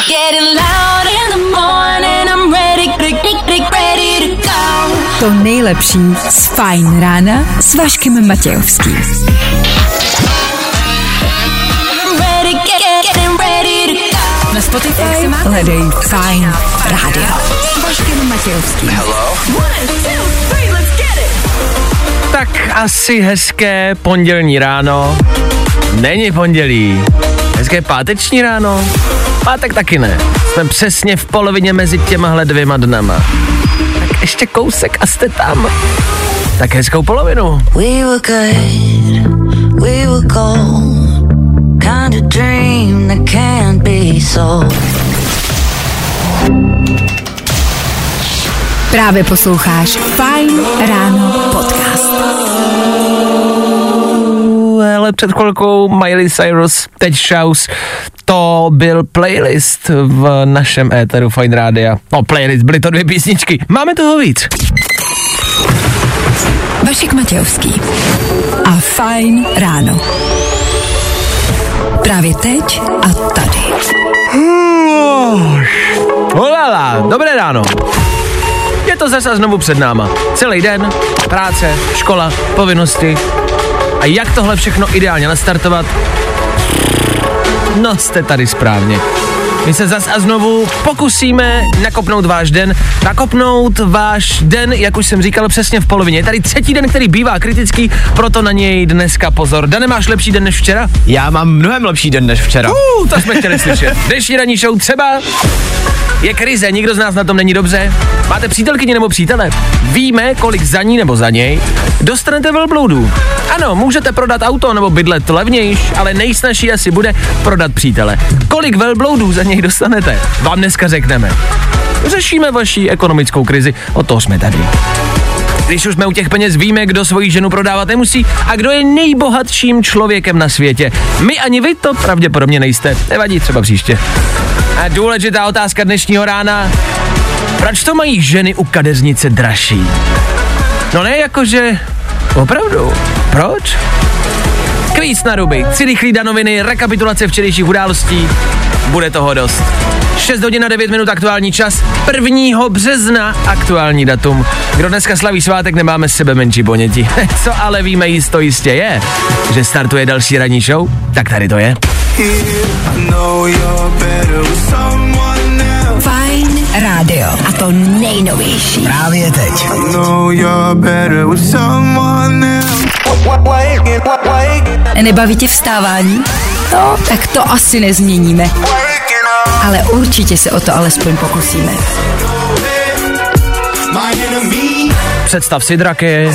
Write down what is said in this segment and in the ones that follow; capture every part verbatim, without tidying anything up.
To nejlepší z Fajn rána s Vaškem Matějovským. Na Spotify hledej Fajn rádio. Vaškem Matějovským. Tak asi hezké pondělní ráno. Není pondělí. Hezké páteční ráno. Pátek taky ne. Jsme přesně v polovině mezi těmahle dvěma dnama. Tak ještě kousek a jste tam. Tak hezkou polovinu. We were good, we were gold, kind of dream that can't be sold. Právě posloucháš Fajn ráno podcast. Ale před chvilkou Miley Cyrus, teď Shouse, to byl playlist v našem éteru Fajn rádia. No playlist, byly to dvě písničky. Máme toho víc. Vašek Matějovský a Fajn ráno. Právě teď a tady. Olala, dobré ráno. Je to zase znovu před náma. Celý den, práce, škola, povinnosti. A jak tohle všechno ideálně nastartovat? No, jste tady správně. My se zas a znovu pokusíme nakopnout váš den, nakopnout váš den, jak už jsem říkal, přesně v polovině. Je tady třetí den, který bývá kritický, proto na něj dneska pozor. Dane, máš lepší den než včera? Já mám mnohem lepší den než včera. Uh, to jsme chtěli slyšet. Dnešní ranní show třeba je krize, nikdo z nás na tom není dobře. Máte přítelkyni nebo přítele? Víme, kolik za ní nebo za něj dostanete velbloudů. Ano, můžete prodat auto nebo bydlet levnějš, ale nejsnažší asi bude prodat přítele. Kolik velbloudů za něj dostanete? Vám dneska řekneme. Řešíme vaši ekonomickou krizi, od toho jsme tady. Když už jsme u těch peněz, víme, kdo svoji ženu prodávat nemusí a kdo je nejbohatším člověkem na světě. My ani vy to pravděpodobně nejste. Nevadí, třeba příště. A důležitá otázka dnešního rána. Proč to mají ženy u kadeřnice dražší? No ne, jakože... Opravdu? Proč? Kvíz na ruby, tři rychlý danoviny, rekapitulace včerejších událostí. Bude toho dost. šest hodin a devět minut aktuální čas, prvního března aktuální datum. Kdo dneska slaví svátek, nemáme s sebe menší ponětí. Co ale víme jisto jistě je, že startuje další ranní show, tak tady to je. Fajn rádio a to nejnovější. Právě teď. Nebaví tě vstávání? No, tak to asi nezměníme. Ale určitě se o to alespoň pokusíme. Představ si, draky.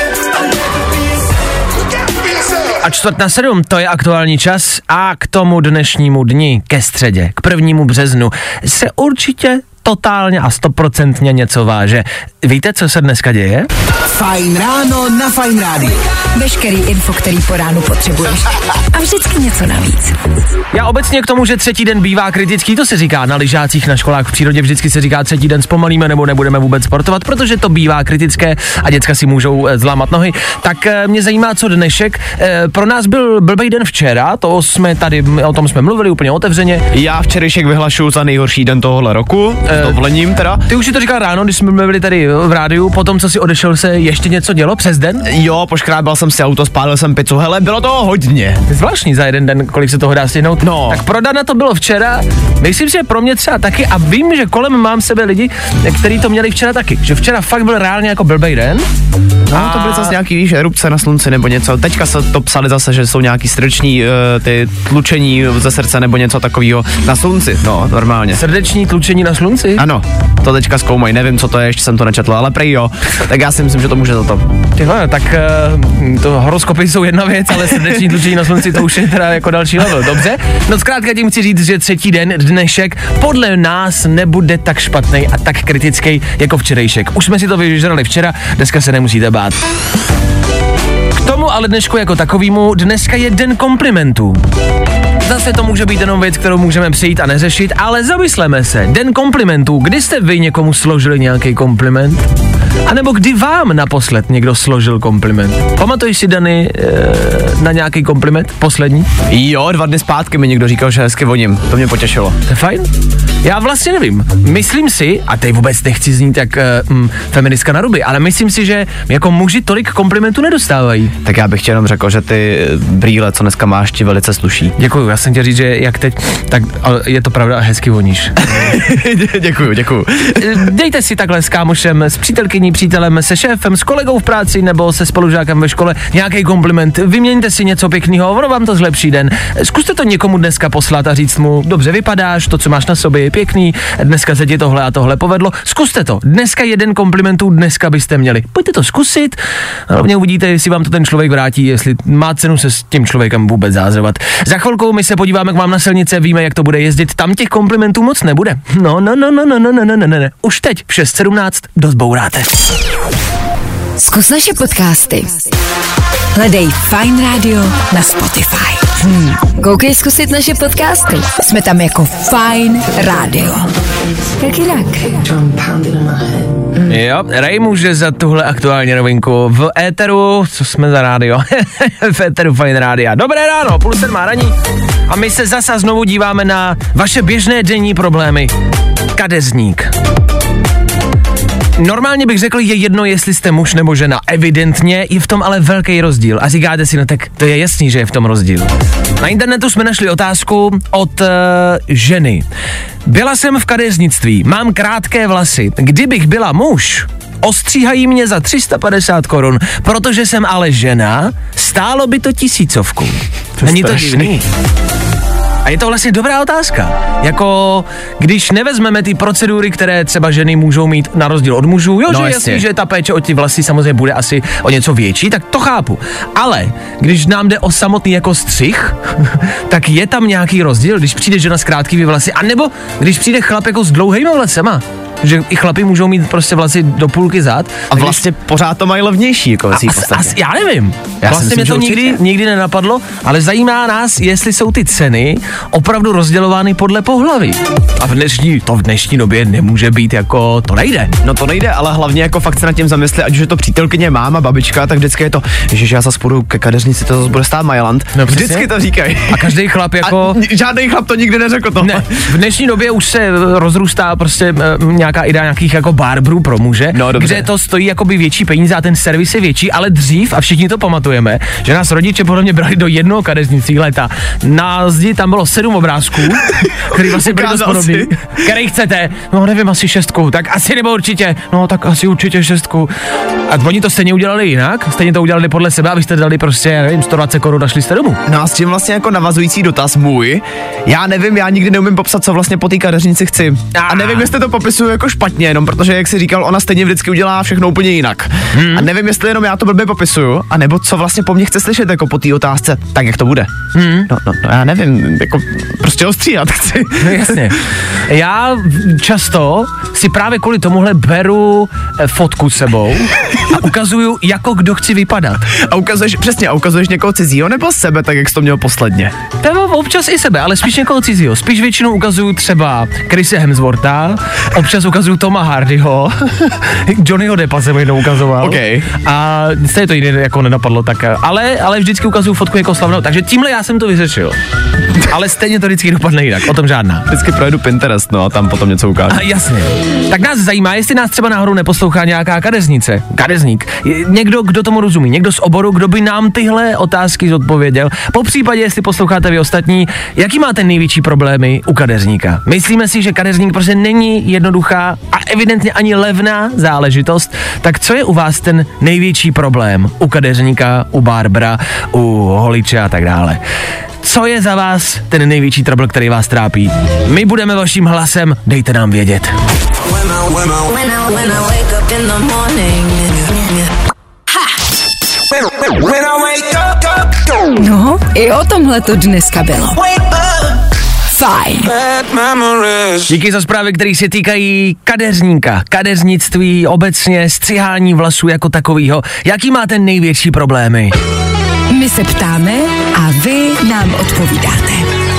A čtvrt na sedm, to je aktuální čas a k tomu dnešnímu dni, ke středě, k prvnímu březnu, se určitě totálně a stoprocentně něco váže. Víte, co se dneska děje? Fajn ráno na Fajn rádiu. Veškerý info, který po ránu potřebuješ. A vždycky něco navíc. Já obecně k tomu, že třetí den bývá kritický, to se říká na lyžácích, na školách, v přírodě vždycky se říká třetí den zpomalíme nebo nebudeme vůbec sportovat, protože to bývá kritické a děcka si můžou e, zlámat nohy. Tak e, mě zajímá, co dnešek. E, pro nás byl blbej den včera, to jsme tady, o tom jsme mluvili úplně otevřeně. Já včerejšek vyhlašuju za nejhorší den tohohle roku, e, s dovolením teda. Ty už si to říkal ráno, když jsme byli tady v rádiu, potom co si odešel, se ještě něco dělo přes den? Jo, poškrábal jsem si auto, spálil jsem pizzu, hele, bylo toho hodně. Zvláštní za jeden den, kolik se toho dá stihnout. No. Tak pro Dana to bylo včera, myslím si, že pro mě třeba taky a vím, že kolem mám sebe lidi, kteří to měli včera taky, že včera fakt byl reálně jako blbej den. No, to byly zase nějaký, víš, erupce na slunci nebo něco. Teďka se to psali zase, že jsou nějaký srdeční uh, ty tlučení ze srdce nebo něco takového na slunci, no, normálně. Srdeční tlučení na slunci? Ano, to teďka zkoumají, nevím, co to je, ještě jsem to nečetl, ale prej jo. Tak já si myslím, že to může za to. Tyhle, tak uh, to horoskopy jsou jedna věc, ale srdeční tlučení na slunci to už je teda jako další level, dobře? No zkrátka tím chci říct, že třetí den, dnešek, podle nás nebude tak špatný a tak kritický jako včerejšek. Už jsme si to vyžrali včera, dneska se nemusíte bát. K tomu ale dnešku jako takovýmu, dneska je den komplimentů. Zase to může být jenom věc, kterou můžeme přijít a neřešit, ale zamysleme se. Den komplimentů. Kdy jste vy někomu složili nějaký kompliment? A nebo kdy vám naposled někdo složil kompliment? Pamatuješ si, Dany, e, na nějaký kompliment? Poslední? Jo, dva dny zpátky mi někdo říkal, že hezky voním. To mě potěšilo. To je fajn? Já vlastně nevím. Myslím si, a teď vůbec nechci znít jak uh, feministka na ruby, ale myslím si, že jako muži tolik komplimentů nedostávají. Tak já bych ti jenom řekl, že ty brýle, co dneska máš, ti velice sluší. Děkuju, já jsem chtěl říct, že jak teď, tak je to pravda, hezky voníš. Děkuju, děkuju. Dejte si takhle s kámošem, s přítelkyní, přítelem, se šéfem, s kolegou v práci nebo se spolužákem ve škole nějaký kompliment. Vyměňte si něco pěkného, ono vám to zlepší den. Zkuste to někomu dneska poslat a říct mu, dobře vypadáš, to, co máš na sobě, je pěkný, dneska se ti tohle a tohle povedlo. Zkuste to. Dneska jeden komplimentů dneska byste měli. Pojďte to zkusit. Hlavně uvidíte, jestli vám to ten člověk vrátí, jestli má cenu se s tím člověkem vůbec zázravat. Za chvilku my se podíváme k vám na silnice, víme, jak to bude jezdit. Tam těch komplimentů moc nebude. No, no, no, no, no, no, no, no, no, no. Už teď v šest sedmnáct dost bouráte. Zkus naše podcasty. Hledej Fajn Radio na Spotify. Hmm. Koukej zkusit naše podcasty. Jsme tam jako Fajn Radio. Jak jinak? Jo, Ray může za tuhle aktuální novinku v éteru, co jsme za rádio? V éteru Fajn Rádia. Dobré ráno, půl sedmá raní. A my se zasa znovu díváme na vaše běžné denní problémy. Kadeřník. Normálně bych řekl, je jedno, jestli jste muž nebo žena. Evidentně je v tom ale velký rozdíl. A říkáte si, no tak to je jasný, že je v tom rozdíl. Na internetu jsme našli otázku od uh, ženy. Byla jsem v kadeřnictví, mám krátké vlasy. Kdybych byla muž, ostříhají mě za tři sta padesát korun, protože jsem ale žena, stálo by to tisícovku. To Není to strašný. divný? A je to vlastně dobrá otázka. Jako, když nevezmeme ty procedury, které třeba ženy můžou mít na rozdíl od mužů, jo, No, že je jasně. jasný, že ta péče o ty vlasy samozřejmě bude asi o něco větší, tak to chápu. Ale když nám jde o samotný jako střih, tak je tam nějaký rozdíl, když přijde žena s krátkými vlasy, anebo když přijde chlap jako s dlouhýma vlasema. Že i chlapi můžou mít prostě vlasy do půlky zad. A vlastně pořád to mají levnější, jako ve svý As, podstatě. as, já nevím. Já vlastně si myslím, mě to že nikdy, určitě. nikdy nenapadlo, ale zajímá nás, jestli jsou ty ceny opravdu rozdělovány podle pohlaví. A v dnešní, to v dnešní době nemůže být jako, to nejde. No to nejde, ale hlavně jako fakt se nad tím zamyslet, ať už je to přítelkyně, máma, babička, tak vždycky je to, že já zase půjdu ke kadeřnici, to zase bude stát Majland. No, přesně. Vždycky to říkají. A každý chlap jako... A n- žádný chlap to nikdy neřekl to. Ne, v dnešní době už se rozrůstá prostě uh, nějaká idea nějakých jako barberů pro muže, No, dobře. kde to stojí jakoby větší peníze a ten servis je větší, ale dřív, a všichni to pamatujeme, že nás rodiče podle mě brali do jednoho kadeřnictví leta. Na zdi tam bylo sedm obrázků, který vlastně byly dost Ukázal podobný. si. Který chcete? No nevím, asi šestku. Tak asi nebo určitě. No tak asi určitě šestku. A oni to stejně udělali jinak, stejně to udělali podle sebe, abyste dali prostě, nevím, sto dvacet korun a šli jste domů. No a s tím vlastně jako navazující dotaz můj, já nevím, já nikdy neumím popsat, co vlastně po té kadeřnici chci. A nevím, jestli to popisuju jako špatně, jenom protože, jak jsi říkal, ona stejně vždycky udělá všechno úplně jinak. Hmm. A nevím, jestli jenom já to blbě popisuju, anebo co vlastně po mně chce slyšet jako po té otázce, tak jak to bude. Hmm. No, no, no, já nevím, jako prostě ostříhat chci. No jasně. Já často si právě kvůli tomuhle beru eh, fotku s sebou a ukazuju, jako kdo chci vypadat. A ukazuješ, přesně, a ukazuješ někoho cizího nebo sebe, tak jak jsi to měl posledně. To je občas i sebe, ale spíš někoho cizího. Spíš většinou ukazuju třeba Chrise Hemswortha, občas ukazuju Toma Hardyho, Johnnyho Deppa jsem jednou ukazoval. Okay. A stejně to jiný jako nenapadlo, tak, ale, ale vždycky ukazuju fotku jako slavnou, takže tímhle já jsem to vyřešil. Ale stejně to vždycky dopadne jinak, o tom žádná. Vždycky projedu Pinterest, no a tam potom něco ukážu. A jasně. Tak nás zajímá, jestli nás třeba náhodou neposlouchá nějaká kadeřnice, kadeřník, někdo, kdo tomu rozumí, někdo z oboru, kdo by nám tyhle otázky zodpověděl. Po případě, jestli posloucháte vy ostatní, jaký máte největší problémy u kadeřníka? Myslíme si, že kadeřník prostě není jednoduchá a evidentně ani levná záležitost. Tak co je u vás ten největší problém u kadeřníka, u barbera, u holiče a tak dále? Co je za vás ten největší trouble, který vás trápí? My budeme vaším hlasem, dejte nám vědět. No, i o tomhle to dneska bylo. Fajn. Díky za zprávy, které se týkají kadeřníka, kadeřnictví, obecně střihání vlasů jako takovýho. Jaký máte největší problémy? My se ptáme a vy nám odpovídáte.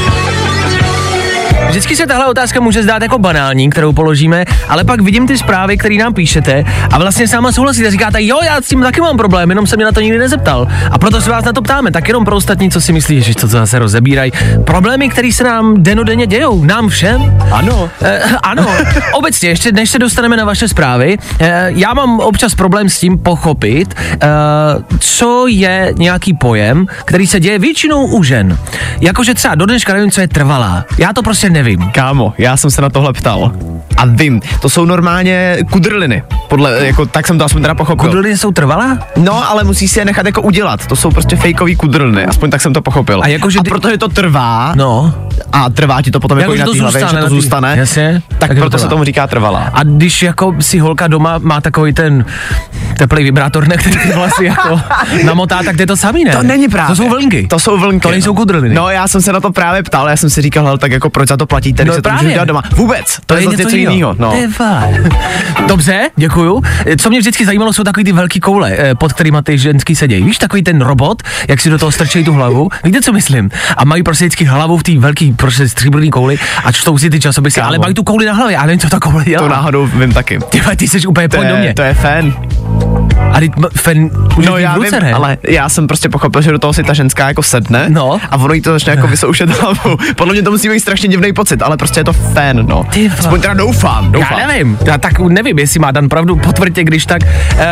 Vždycky se tahle otázka může zdát jako banální, kterou položíme, ale pak vidím ty zprávy, které nám píšete a vlastně sama souhlasíte. Říkáte, jo, já s tím taky mám problém, jenom se mě na to nikdy nezeptal. A proto se vás na to ptáme, tak jenom pro ostatní, co si myslí, že to zase rozebírají. Problémy, které se nám denodenně dějou, nám všem. Ano. E, ano, obecně, ještě než se dostaneme na vaše zprávy, e, já mám občas problém s tím pochopit, e, co je nějaký pojem, který se děje většinou u žen. Jakože třeba do dneška nevím, co je trvalá. Já to prostě nevím. Kámo, já jsem se na tohle ptal. A vím, to jsou normálně kudrliny. Podle, jako, tak jsem to aspoň teda pochopil. Kudrliny jsou trvalá? No, ale musí si je nechat jako udělat. To jsou prostě fejkový kudrliny, aspoň tak jsem to pochopil. A, jako, že a ty... protože to trvá, no. a trvá ti to potom jako, jako i na té hlavě, že to zůstane, jasně, tak, tak proto se tomu říká trvalá. A když jako si holka doma má takový ten teplý vibrátor, na který ty vlasy jako namotá, tak to je to samý, ne? To není právě. To jsou vlnky. To jsou vlnky. To nejsou kudrliny. No, já jsem se na to právě ptal, já jsem si říkal, hele, tak jako proč za to platíte, když no, se to můžu dělat doma. Vůbec, to, to je, je něco jiného. No. Dobře, děkuju. Co mě vždycky zajímalo, jsou takový ty velký koule, pod kterýma ty ženský sedějí. Víš, takový ten robot, jak si do toho strčejí tu hlavu. Víte, co myslím? A mají prostě vždycky hlavu v té velký prostě stříbrný kouli a čtou si ty časopisy, ale mají tu kouli na hlavě. Já nevím, co ta koule dělá. To náhodou vím taky. Ty, ty jsi úplně pojď do mě. To je fén. A ty fen už no, je v ruce, vím, ne? Ale já jsem prostě pochopil, že do toho si ta ženská jako sedne no. a ono jí to začne jako vysoušet hlavu. Podle mě to musí být strašně divný pocit, ale prostě je to fén, no. Ty aspoň teda doufám, doufám. Já nevím, já tak nevím, jestli má Dan pravdu, potvrďte, když tak.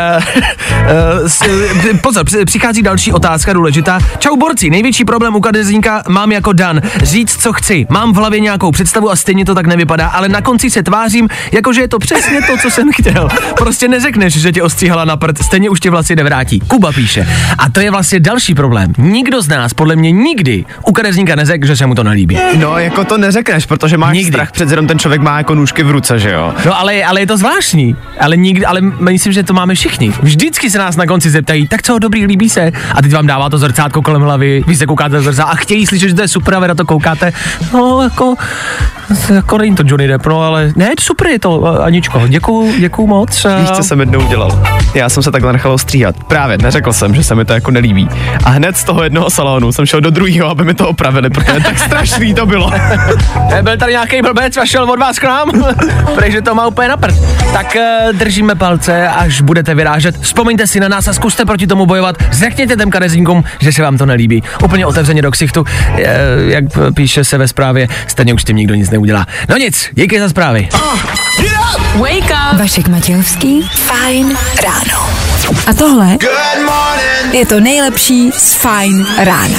Uh, uh, pozor, přichází další otázka důležitá. Čau borci, největší problém u kadeřníka mám jako Dan. Říct, co chci. Mám v hlavě nějakou představu a stejně to tak nevypadá, ale na konci se tvářím, jakože je to přesně to, co jsem chtěl. Prostě neřekneš, že tě ostříhala na prd, stejně už tě vlasy nevrátí. Kuba píše. A to je vlastně další problém. Nikdo z nás podle mě nikdy u kadeřníka neřekl, že se mu to nelíbí. No, jako to neřekneš, protože máš nikdy. Strach, přece jenom ten člověk má jako nůžky v ruce, že jo? No, ale, ale je to zvláštní. Ale nikdy, ale myslím, že to máme všichni. Vždycky se nás na konci zeptají, tak co, dobrý, líbí se? A teď vám dává to zrcátko kolem hlavy, vy se koukáte do zrcadla a chtějí slyšet, že to je super, a vy na to koukáte. No, jako, jako není to Johnny Depp, no, ale ne, super je to, Aničko, děkuju, děkuju moc. A... Víš, co jsem jednou udělal? Já jsem se takhle nechal ostříhat. Právě, neřekl jsem, že se mi to jako nelíbí. A hned z toho jednoho salonu jsem šel do druhého, aby mi to opravili, protože tak strašný to bylo. Byl tady nějaký blbec a šel od vás k nám, protože to má úplně na prd. Tak uh, držíme palce, až budete vyrážet. Vzpomeňte si na nás a zkuste proti tomu bojovat. Řekněte těm kadeřníkům, že se vám to nelíbí. Úplně otevřeně do ksichtu, uh, jak píše se ve zprávě, stejně už tím nikdo nic neudělá. No nic, díky za zprávy. Oh, yeah. Wake up! Vašek Matějovský, Fajn ráno. A tohle je to nejlepší z Fajn rána.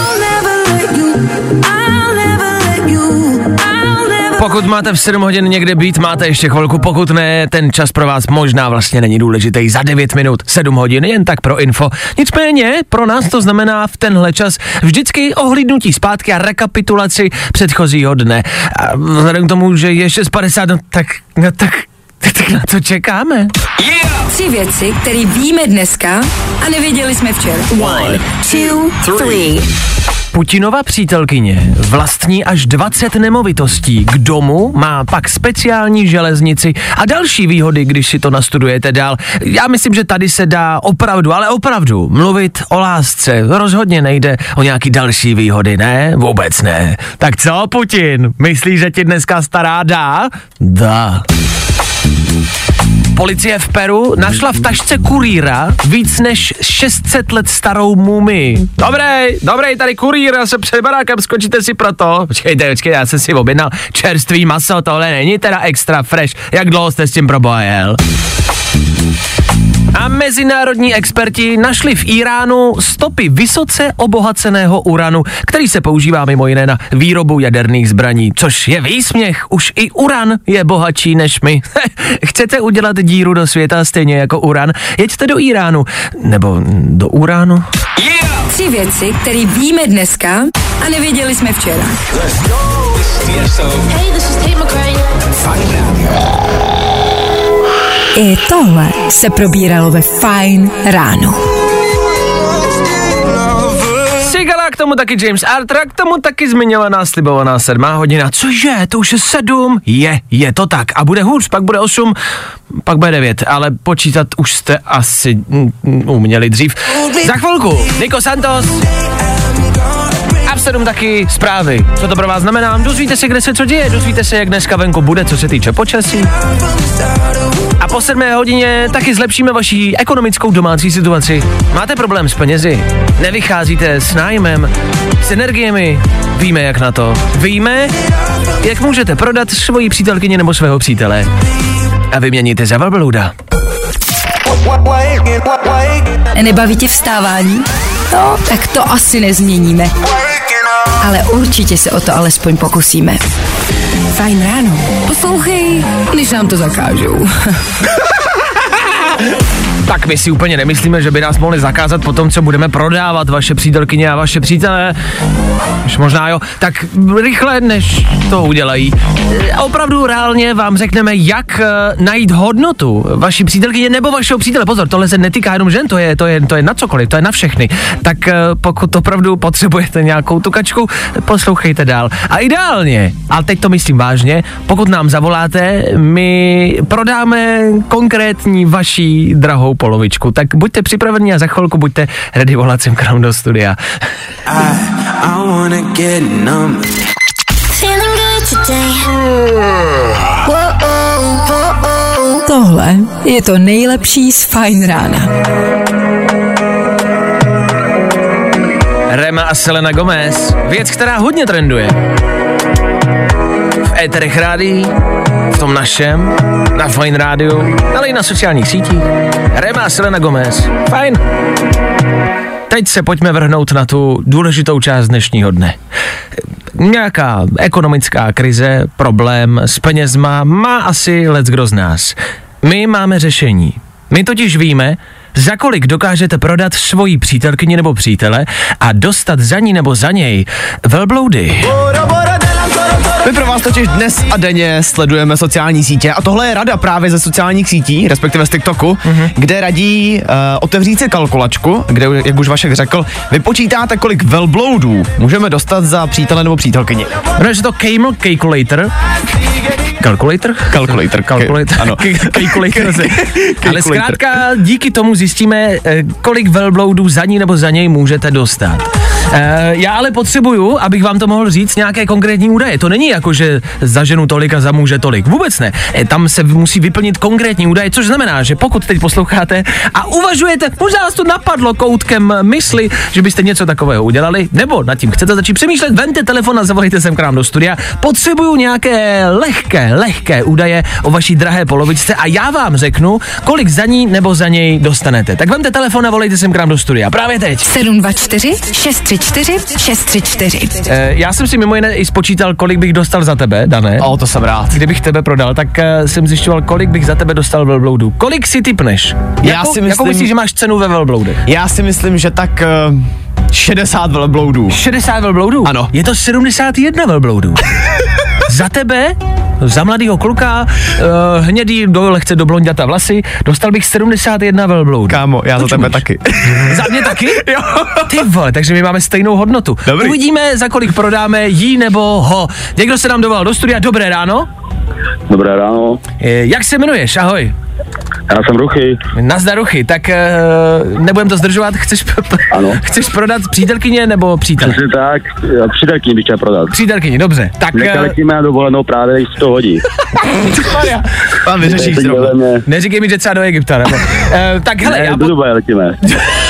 Pokud máte v sedm hodin někde být, máte ještě chvilku, pokud ne, ten čas pro vás možná vlastně není důležitý. Za devět minut, sedm hodin, jen tak pro info. Nicméně, pro nás to znamená v tenhle čas vždycky ohlídnutí zpátky a rekapitulaci předchozího dne. A vzhledem k tomu, že je šest padesát, no tak, no tak, tak na to čekáme. Yeah! Tři věci, které víme dneska a nevěděli jsme včera. One, two, three. Putinova přítelkyně vlastní až dvacet nemovitostí. K domu má pak speciální železnici a další výhody, když si to nastudujete dál. Já myslím, že tady se dá opravdu, ale opravdu mluvit o lásce. Rozhodně nejde o nějaký další výhody, ne? Vůbec ne. Tak co, Putin? Myslíš, že ti dneska stará dá? Dá. Policie v Peru našla v tašce kurýra víc než šest set let starou mumii. Dobrý, dobrý, tady kurýr, já se před barákem, skočíte si pro to. Počkejte, počkejte, já jsem si objednal čerstvý maso, tohle není teda extra fresh. Jak dlouho jste s tím proboha jel? A mezinárodní experti našli v Iránu stopy vysoce obohaceného uranu, který se používá mimo jiné na výrobu jaderných zbraní, což je výsměch, už i uran je bohatší než my. Chcete udělat díru do světa stejně jako uran? Jeďte do Iránu, nebo do uránu. Yeah! Tři věci, které víme dneska a nevěděli jsme včera. Hey, this is Tate McRae. I tohle se probíralo ve Fajn ráno. Sigala, k tomu taky James Arthur, k tomu taky zmiňovaná slibovaná sedmá hodina. Cože, to už je sedm? Je, je to tak. A bude hůř, pak bude osm, pak bude devět, ale počítat už jste asi mm, uměli dřív. Za chvilku Nico Santos a v sedm taky zprávy. Co to pro vás znamená? Dozvíte se, kde se co děje, dozvíte se, jak dneska venku bude, co se týče počasí. A po sedmé hodině taky zlepšíme vaši ekonomickou domácí situaci. Máte problém s penězi? Nevycházíte s nájmem, s energiemi? Víme, jak na to. Víme, jak můžete prodat svoji přítelkyni nebo svého přítele. A vyměníte za velblouda. Nebaví tě vstávání? No, tak to asi nezměníme. Ale určitě se o to alespoň pokusíme. Fajn ráno. Poslouchej, když nám to zakážou. Tak my si úplně nemyslíme, že by nás mohli zakázat po tom, co budeme prodávat vaše přítelkyně a vaše přítele. Už možná jo. Tak rychle, než to udělají. Opravdu reálně vám řekneme, jak uh, najít hodnotu vaší přítelkyně nebo vašeho přítele. Pozor, tohle se netýká jenom žen, to je, to je, to je na cokoliv, to je na všechny. Tak uh, pokud opravdu potřebujete nějakou tukačku, poslouchejte dál. A ideálně, a teď to myslím vážně, pokud nám zavoláte, my prodáme konkrétní vaší drahou polovičku. Tak buďte připraveni a za chvilku buďte ready volat sem k nám do studia. Tohle je to nejlepší z Fajn rána. Rema a Selena Gomez. Věc, která hodně trenduje. V éterech rádií, v tom našem, na Fajn rádiu, ale i na sociálních sítích. Rema a Selena Gomez. Fajn. Teď se pojďme vrhnout na tu důležitou část dnešního dne. Nějaká ekonomická krize, problém s penězma má asi leckdo z nás. My máme řešení. My totiž víme, za kolik dokážete prodat svoji přítelkyni nebo přítele a dostat za ní nebo za něj velbloudy. My pro vás totiž dnes a denně sledujeme sociální sítě a tohle je rada právě ze sociálních sítí, respektive z TikToku, mm-hmm. kde radí uh, otevřít si kalkulačku, kde, jak už Vašek řekl, vypočítáte, kolik velbloudů můžeme dostat za přítele nebo přítelkyni. Jmenuje se to Camel Calculator. Calculator? Calculator. Calculator. Ano. Calculator. Ale zkrátka díky tomu zjistíme, kolik velbloudů za ní nebo za něj můžete dostat. Já ale potřebuju, abych vám to mohl říct, nějaké konkrétní údaje. To není jako, že za ženu tolik a za muže tolik. Vůbec ne. Tam se musí vyplnit konkrétní údaje, což znamená, že pokud teď posloucháte a uvažujete, možná vás to napadlo koutkem mysli, že byste něco takového udělali, nebo nad tím chcete začít přemýšlet, vemte telefon a zavolejte sem k nám do studia. Potřebuju nějaké lehké, lehké údaje o vaší drahé polovičce a já vám řeknu, kolik za ní nebo za něj dostanete. Tak vemte telefon a volejte sem k nám do studia. Právě teď. sedm dva čtyři šest tři čtyři šest tři čtyři. E, já jsem si mimo jiné i spočítal, kolik bych dostal za tebe, Dané. O, to jsem rád. Kdybych tebe prodal, tak uh, jsem zjišťoval, kolik bych za tebe dostal velbloudů. Kolik si tipneš? Já jakou, si myslím, jakou myslíš, že máš cenu ve velbloudech? Já si myslím, že tak uh, šedesát velbloudů. šedesát velbloudů? Ano. Je to sedmdesát jedna velbloudů. Za tebe, za mladýho kluka, uh, hnědý, do, lehce do blonďata vlasy, dostal bych sedmdesát jedna velbloudů. Kámo, já Proč za tebe můžeš? taky. Za mě taky? Jo. Ty vole, takže my máme stejnou hodnotu. Dobrý. Uvidíme, za kolik prodáme jí nebo ho. Někdo se nám dovolal do studia, dobré ráno. Dobré ráno, E, jak se jmenuješ, ahoj. já jsem Ruchy. Nazdar Ruchy, tak e, nebudem to zdržovat, chceš, Ano. chceš prodat přítelkyně nebo přítele? Přesně tak, přítelkyni bych chtěl prodat. Přítelkyni, dobře. Tak Dneska e, letíme na dovolenou právě, když se to hodí. Maria, Pan vyřešíš Teď zrovna. jdeme- neříkej mi, že třeba do Egypta, nebo. E, tak hele, Ne, já do po, Dubaje letíme.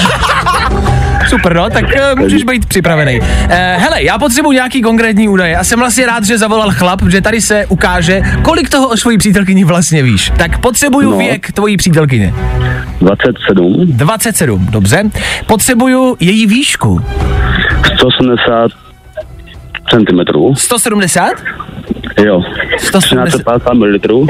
super, no, tak e, můžeš být připravený. E, hele, já potřebuji nějaký konkrétní údaje a jsem vlastně rád, že zavolal chlap, že tady se ukáže, kolik toho o svojí přítelkyni vlastně víš. Tak potřebuju No. věk tvojí přítelkyně. dvacet sedm, dvacet sedm, dobře. Potřebuju její výšku. sto sedmdesát centimetrů. sto sedmdesát? Jo. sto sedmdesát. třináct padesát mililitrů.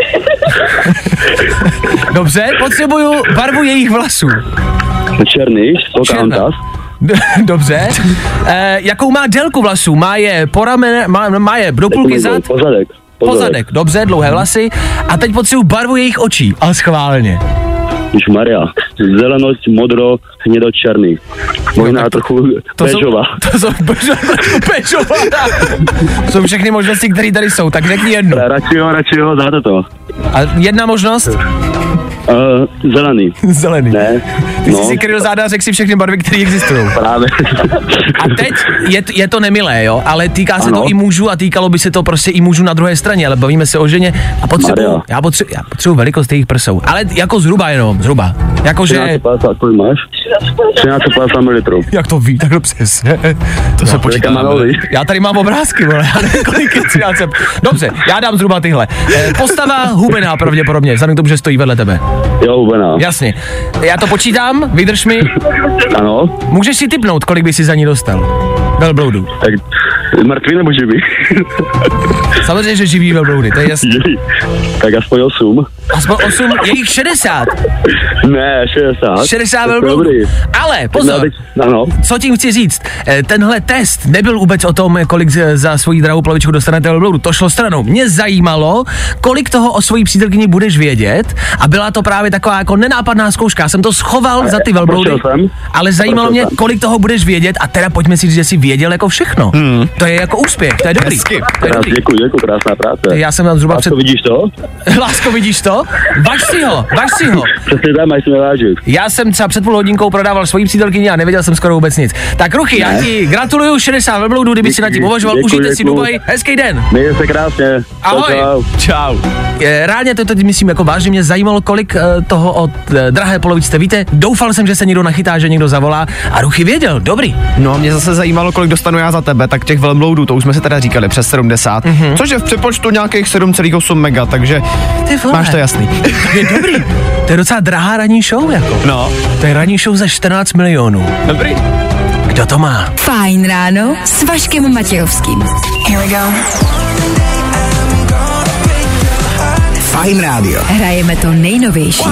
Dobře, potřebuju barvu jejich vlasů. Černý, Černá. Pocahontas. Dobře. E, jakou má délku vlasů? Má je po ramene, má, má je do půlky zad? Pozadek. Pozadek, dobře, dlouhé vlasy. A teď potřebuju barvu jejich očí, ale schválně. Už Maria. Zelenost, modro, hnědo, černý. Možná tak trochu bežová. Jsou, to jsou bežová. To jsou všechny možnosti, které tady jsou, tak řekni jednu. Radši jo, radši jo, dáte to. A jedna možnost? Uh, zelený. Zelený. Ne. Ty no. jsi si kryl záda a řekl si všechny barvy, které existují. Právě. A teď je, je to nemilé, jo, ale týká se ano. to i mužů a týkalo by se to prostě i mužů na druhé straně, ale bavíme se o ženě a potřebuji, já potřebuji, já potřebuji velikost jejich prsou, ale jako zhruba jenom, zhruba. Jakože... třináct padesát, kolik máš? třináct padesát mililitrů. Jak to ví, takhle přesně. To no, se počítá. Já tady mám obrázky, vole, já nevím, kolik je třináct. Dobře, já dám zhruba tyhle. E, postava hubená pravděpodobně, vzhledem k tomu, že stojí vedle tebe. Jo, hubená. Jasně. Já to počítám, vydrž mi. Ano. Můžeš si tipnout, kolik by si za ní dostal? Velbloudu. Tak mrtvý nebo živý? Samozřejmě, že živý velbloudy, to je jasný. Tak aspoň osm. Aspoň osm, je jich šedesát. Ne, šedesát. šedesát velbloudů. Ale pozor, ano. Co tím chci říct? Tenhle test nebyl vůbec o tom, kolik za svoji drahou polovičku dostanete velbloudu. To šlo stranou. Mě zajímalo, kolik toho o svojí přítelkyni budeš vědět, a byla to právě taková jako nenápadná zkouška. Já jsem to schoval za ty velbloudy, ale zajímalo mě, kolik toho budeš vědět, a teda pojďme si říct, že jsi věděl jako všechno. Hmm. To je jako úspěch, to je dobrý. Hezky. To je dobrý. Děkuji, děkuji, krásná práce. Já jsem tam zhruba Lásko, před... vidíš to? Lásko, vidíš to? Važ si ho, važ si ho. Přesně tam, máš mě vážit. Já jsem třeba před půl hodinkou prodával svoji přítelkyni a nevěděl jsem skoro vůbec nic. Tak Ruchy, ne? Já ti gratuluju, šedesát velbloudů, kdyby si na tím uvažoval, děkuji, užijte děkuji. Si Dubaj, hezký den. Mějte se krásně. Ahoj. Čau. Čau. Reálně to teď myslím jako vážně, mě zajímalo, kolik uh, toho od uh, drahé polovičce víte. Doufal jsem, že se někdo nachytá, že někdo zavolá, a Ruchy věděl, dobrý. No a mě zase zajímalo, kolik dostanu já za tebe, tak těch velbloudů, to už jsme se teda říkali, přes sedmdesát, mm-hmm. což je v přepočtu nějakých sedm celá osm mega, takže máš to jasný. Je dobrý. To je docela drahá ranní show, jako. No. To je ranní show za čtrnáct milionů. Dobrý. Kdo to má? Fajn ráno s Vaškem Matějovským. Here we go. Fajn rádio. Hrajeme to nejnovější.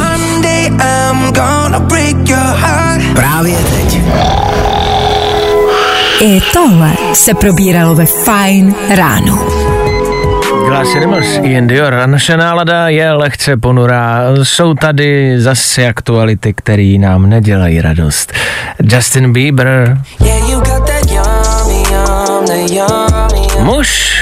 Právě teď. I tohle se probíralo ve Fajn ráno. Glass Animals, Ian Dior. A naše nálada je lehce ponurá. Jsou tady zase aktuality, které nám nedělají radost. Justin Bieber. Muž,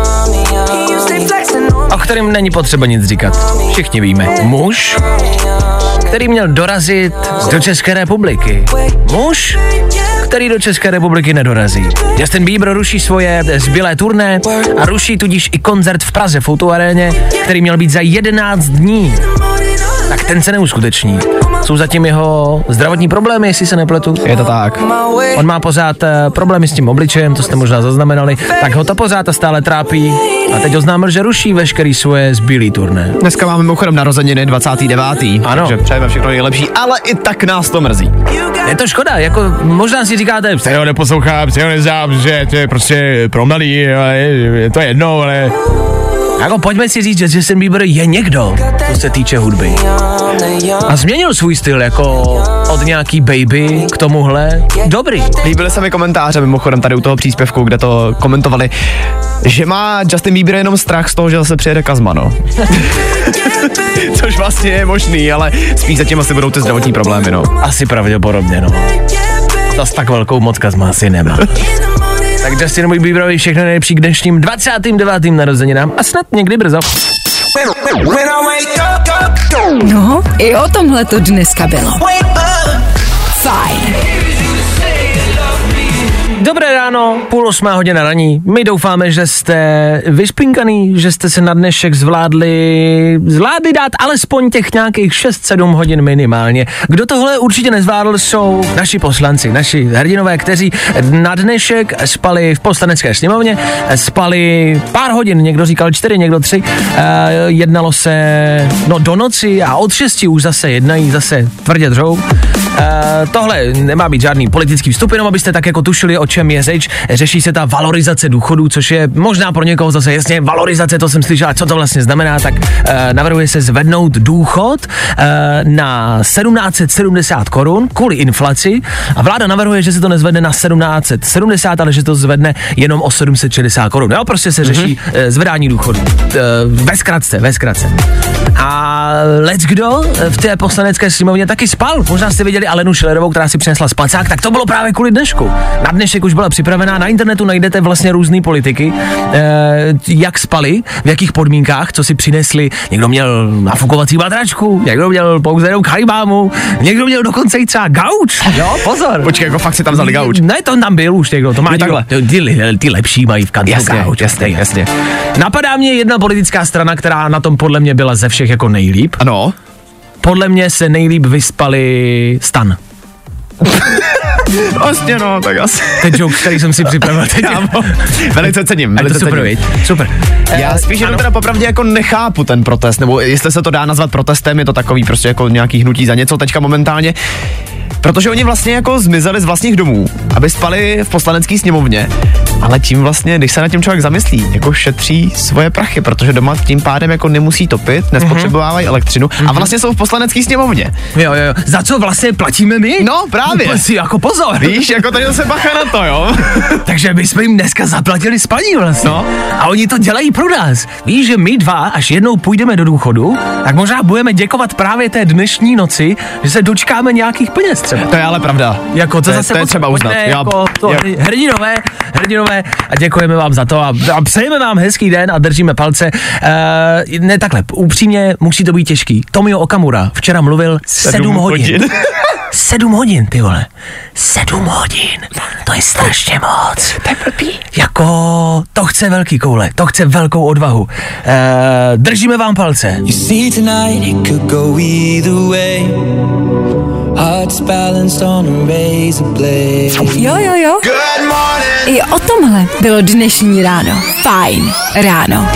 o kterým není potřeba nic říkat. Všichni víme. Muž, který měl dorazit do České republiky. Muž, který do České republiky nedorazí. Justin Bieber ruší svoje zbylé turné a ruší tudíž i koncert v Praze v O dva aréně, který měl být za jedenáct dní. Tak ten se neuskuteční. Jsou zatím jeho zdravotní problémy, jestli se nepletu. Je to tak. On má pořád uh, problémy s tím obličejem, to jste možná zaznamenali, tak ho to pořád a stále trápí. A teď oznámil, že ruší veškerý svoje zbylý turné. Dneska máme mimochodem narozeniny dvacátého devátého Ano. Takže přejeme všechno nejlepší, ale i tak nás to mrzí. Je to škoda, jako možná si říkáte, se ho neposlouchám, se ho neznám, že to je prostě promalý, ale je to jedno, ale... Jako pojďme si říct, že Justin Bieber je někdo, co se týče hudby. A změnil svůj styl, jako od nějaký Baby k tomuhle. Dobrý. Líbily se mi komentáře mimochodem tady u toho příspěvku, kde to komentovali, že má Justin Bieber jenom strach z toho, že zase přijede Kazma, no. Což vlastně je možný, ale spíš zatím asi budou ty zdravotní problémy, no. Asi pravděpodobně, no. Zas tak velkou moc Kazma asi nemá. Tak Justin Bieberovi všechno nejlepší k dnešním dvacátým devátým narozeninám a snad někdy brzo. No, i o tomhle to dneska bylo. Fajn. Dobré ráno, půl osmá hodina raní. My doufáme, že jste vyšpinkaný, že jste se na dnešek zvládli, zvládli dát alespoň těch nějakých šest sedm hodin minimálně. Kdo tohle určitě nezvládl, jsou naši poslanci, naši hrdinové, kteří na dnešek spali v Poslanecké sněmovně, spali pár hodin, někdo říkal čtyři, někdo tři, e, jednalo se no do noci a od šesti už zase jednají, zase tvrdě dřou. E, tohle nemá být žádný politický vstup, jenom abyste tak jako tušili, o čem je řeč. Řeší se ta valorizace důchodů, což je možná pro někoho zase jasně valorizace, to jsem slyšel, co to vlastně znamená, tak e, navrhuje se zvednout důchod e, na sedmnáct set sedmdesát korun kvůli inflaci a vláda navrhuje, že se to nezvedne na sedmnáct set sedmdesát, ale že to zvedne jenom o sedm set šedesát korun. Jo, prostě se řeší mm-hmm. e, zvedání důchodu. E, ve zkratce, ve zkratce. A let's kdo v té poslanecké sněmovně taky spal. Možná jste viděli Alenu Schillerovou, která si přinesla spacák, tak to bylo právě kvůli dnešku. Na dnešek už byla připravená, na internetu najdete vlastně různý politiky, eh, jak spali, v jakých podmínkách, co si přinesli. Někdo měl nafukovací matračku, někdo měl pouze jenom kajmámu, někdo měl dokonce i třeba gauč. Jo, pozor. Počkej, jako fakt si tam vzali gauč. Ne, to tam byl už někdo, to má takhle. ty, ty lepší mají v kantýně gauč. Jasně, jasně. Napadá mě jedna politická strana, která na tom podle mě byla ze všech jako nejlíp. Ano. Podle mě se nejlíp vyspali STAN. Vlastně no, tak asi. Ten joke, který jsem si připravil teď. Velice cením, A velice to super, cením. viď? Super. Já Eh, spíš jenom teda popravdě jako nechápu ten protest, nebo jestli se to dá nazvat protestem, je to takový prostě jako nějaký hnutí za něco teďka momentálně. Protože oni vlastně jako zmizeli z vlastních domů, aby spali v poslanecké sněmovně, ale tím vlastně, když se na tím člověk zamyslí, jako šetří svoje prachy, protože doma tím pádem jako nemusí topit, nespotřebovávají elektřinu a vlastně jsou v poslanecké sněmovně. Jo, jo, jo. Za co vlastně platíme my? No, právě. To si jako pozor. Víš, jako tady se bacha na to, jo? Takže my jsme jim dneska zaplatili spaní vlastně. No. A oni to dělají pro nás. Víš, že my dva, až jednou půjdeme do důchodu, tak možná budeme děkovat právě té dnešní noci, že se dočkáme nějakých peněz třeba. To je ale pravda. Jako to, to, je, zase to je potře- třeba uznat. pojďme Já, jako to, já, hrdinové, hrdinové a děkujeme vám za to a, a přejeme vám hezký den a držíme palce. Uh, ne takhle, upřímně musí to být těžký. Tomio Okamura včera mluvil sedm hodin. Sedm hodin, ty vole. Sedm hodin. To je strašně moc. To je blbý. Jako, to chce velký koule, to chce velkou odvahu. Uh, držíme vám palce. You see tonight it could go either way. Hearts balanced on a razor blade. Jo, jo, jo. Good morning. I o tomhle bylo dnešní ráno. Fajn ráno.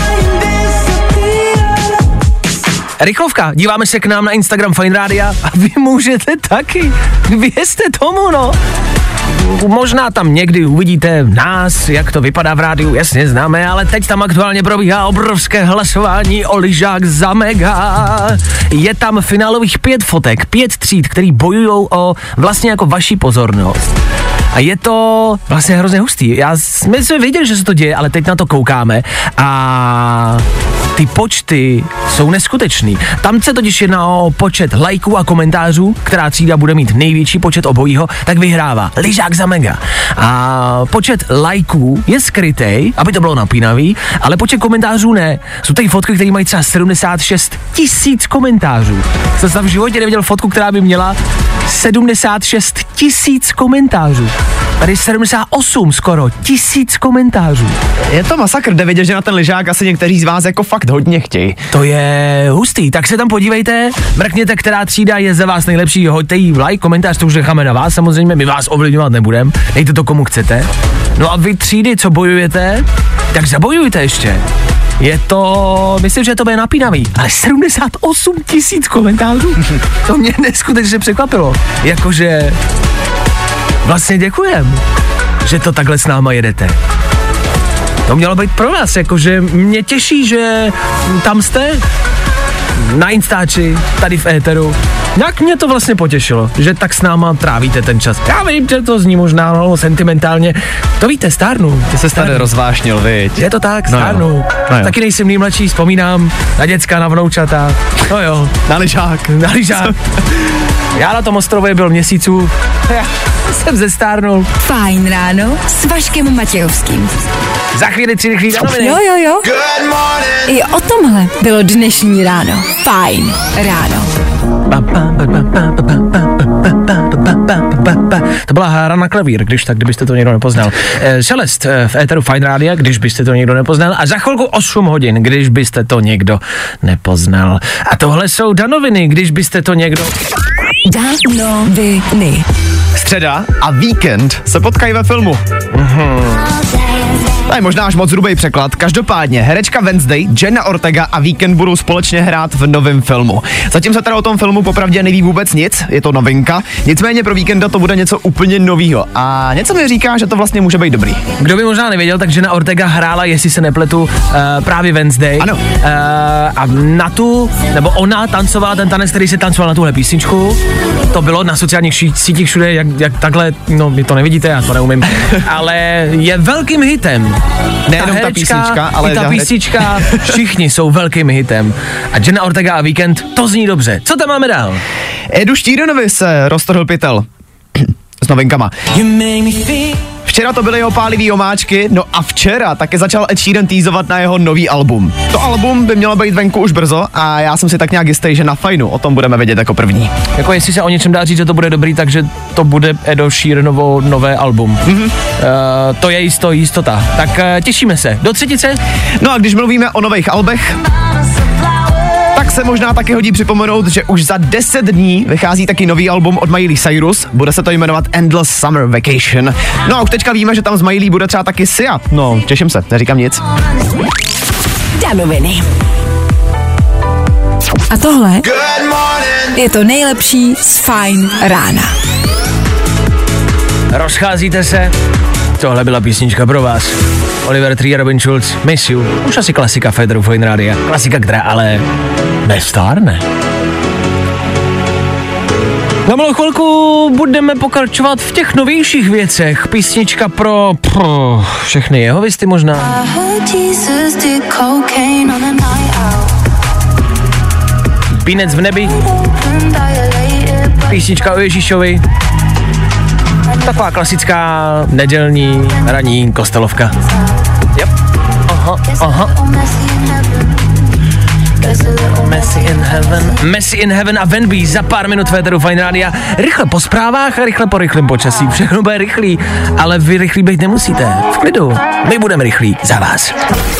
Rychlovka, díváme se k nám na Instagram Fajn Rádia a vy můžete taky. Věřte tomu, no. Možná tam někdy uvidíte nás, jak to vypadá v rádiu, jasně známe, ale teď tam aktuálně probíhá obrovské hlasování o lyžák za mega. Je tam finálových pět fotek, pět tříd, který bojujou o vlastně jako vaši pozornost. A je to vlastně hrozně hustý. Já jsme si věděli, že se to děje, ale teď na to koukáme a ty počty jsou neskutečný. Tam se totiž jedná o počet lajků a komentářů, která třída bude mít největší počet obojího, tak vyhrává lyžák za mega. A počet lajků je skrytej, aby to bylo napínavý, ale počet komentářů ne. Jsou tady fotky, které mají třeba sedmdesát šest tisíc komentářů. Jsem tam v životě neviděl fotku, která by měla sedmdesát šest tisíc komentářů. Tady sedmdesát osm skoro tisíc komentářů. je to masakr, jde vidět, že na ten lyžák asi někteří z vás jako fakt hodně chtějí. To je hustý, tak se tam podívejte, mrkněte, která třída je za vás nejlepší, hoďte jí like, komentář, to už necháme na vás, samozřejmě, my vás ovlivňovat nebudem, dejte to komu chcete. No a vy třídy, co bojujete, tak zabojujte ještě. Je to, myslím, že to bude napínavý, ale sedmdesát osm tisíc komentářů, to mě neskutečně překvapilo, jakože vlastně děkujem, že to takhle s náma jedete. To mělo být pro nás, jakože mě těší, že tam jste, na Instači, tady v éteru. Jak mě to vlastně potěšilo, že tak s náma trávíte ten čas. Já vím, že to zní možná no, sentimentálně. To víte, stárnu. Ty se tady rozvášnil, viď? Je to tak, No stárnu. jo. No jo. Taky nejsem nejmladší, vzpomínám na děcka, na vnoučata. No jo, Na lyžák. na lyžák. Já na tom ostrově byl měsíců. Já jsem zestárnul. Fajn ráno s Vaškem Matějovským. Za chvíli tři rychlý noviny. Jo, jo, jo. Good morning. I o tomhle bylo dnešní ráno. Fajn ráno. To byla hra na klavír, když tak, kdybyste to někdo nepoznal. E, Šelest e, v éteru Fine Rádia, když byste to někdo nepoznal. A za chvilku osm hodin, když byste to někdo nepoznal. A tohle jsou danoviny, když byste to někdo... Danoviny. Středa a víkend se potkají ve filmu. To je možná až moc hrubý překlad. Každopádně herečka Wednesday, Jenna Ortega a Weekend budou společně hrát v novém filmu. Zatím se teda o tom filmu popravdě neví vůbec nic, je to novinka. Nicméně pro Weekenda to bude něco úplně novýho. A něco mi říká, že to vlastně může být dobrý. Kdo by možná nevěděl, tak Jenna Ortega hrála, jestli se nepletu, uh, právě Wednesday. Ano. Uh, a na tu, nebo ona tancovala ten tanec, který se tancoval na tuhle písničku. To bylo na sociálních ší- sítích všude, jak, jak takhle, no vy to nevidíte, já to neumím. Ale je velkým hitem. Nejenom ta, ta písnička, ale i ta písnička, všichni jsou velkým hitem. A Jenna Ortega a Weekend, to zní dobře. Co tam máme dál? Edu Sheeranovi se roztrhl pytel s novinkama. Včera to byly jeho pálivý omáčky, no a včera taky začal Ed Sheeran teasovat na jeho nový album. To album by mělo být venku už brzo a já jsem si tak nějak jistý, že na Fajnu o tom budeme vědět jako první. Jako jestli se o něčem dá říct, že to bude dobrý, takže to bude Edo Sheeranovo nové album. Mm-hmm. Uh, to je jisto, jistota. Tak uh, těšíme se. Do třetice? No a když mluvíme o nových albech, tak se možná taky hodí připomenout, že už za deset dní vychází taky nový album od Miley Cyrus, bude se to jmenovat Endless Summer Vacation. No a už teďka víme, že tam z Miley bude třeba taky Sia. No, těším se, neříkám nic. Danoviny. A tohle je to nejlepší z Fajn rána. Rozcházíte se? Tohle byla písnička pro vás. Oliver Tree a Robin Schulz, Miss You. Už asi klasika Federu Fajn rádia. Klasika, která ale nestárne. Za malou chvilku budeme pokračovat v těch novějších věcech. Písnička pro pff, všechny jehovisty možná. Pínec v nebi. Písnička o Ježíšovi. Taková klasická nedělní ranní kostelovka. Yep. Aha, aha. Messi in Heaven. Messi in Heaven a Venby za pár minut v éteru Fajn rádia. Rychle po zprávách a rychle po rychlém počasí. Všechno bude rychlý, ale vy rychlí být nemusíte. V klidu. My budeme rychlí za vás.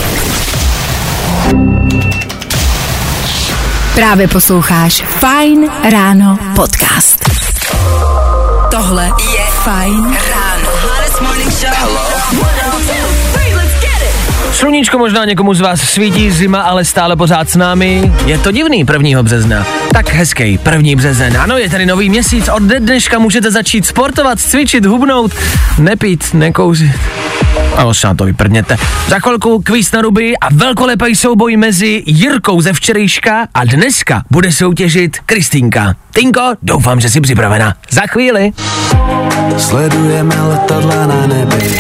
Právě posloucháš Fajn ráno podcast. Tohle je Fajn ráno. Sluníčko možná někomu z vás svítí, zima ale stále pořád s námi. Je to divný prvního března. Tak hezký první březen. Ano, je tady nový měsíc. Od dneška můžete začít sportovat, cvičit, hubnout, nepít, nekouřit. A možná to vyprdněte. Za chvilku kvíz na ruby a velkolepý souboj mezi Jirkou ze včerejška a dneska bude soutěžit Kristýnka. Tinko, doufám, že jsi připravená. Za chvíli. Sledujeme letadla na nebi.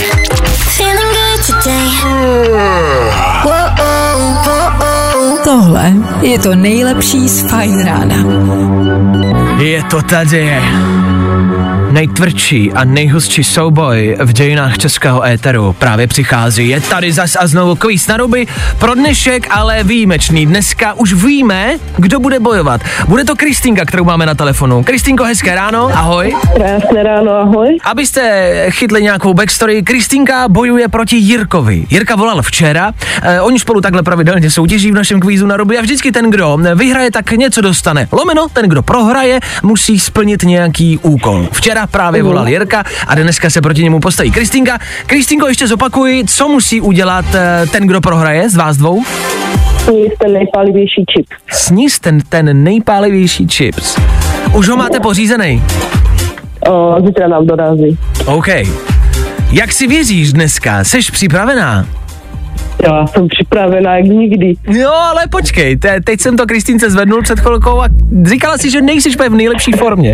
Tohle je to nejlepší z Fajn rána. Je to tady. Nejtvrdší a nejhustší souboj v dějinách českého éteru právě přichází. Je tady zas a znovu kvíz na ruby pro dnešek, ale výjimečný. Dneska už víme, kdo bude bojovat. Bude to Kristýnka, kterou máme na telefonu. Kristýnko, hezké ráno, ahoj. Krásné ráno, ahoj. Abyste chytli nějakou backstory, Kristýnka bojuje proti Jirkovi. Jirka volal včera, eh, oni spolu takhle pravidelně soutěží v našem kvízu na ruby a vždycky ten, kdo vyhraje, tak něco dostane. Lomeno, ten, kdo prohraje, musí splnit nějaký úkol. Včera právě volal Jirka a dneska se proti němu postaví Kristýnka. Kristýnko, ještě zopakuj, co musí udělat ten, kdo prohraje z vás dvou? Sníst ten nejpálivější chips. Sníst ten, ten nejpálivější chips. Už ho máte pořízený? O, zítra nám dorazí. OK. Jak si věříš dneska? Seš připravená? Já jsem připravená jak nikdy. Jo, ale počkej, te, teď jsem to Kristýnce zvednul před chvilkou a říkala si, že nejsiš v nejlepší formě.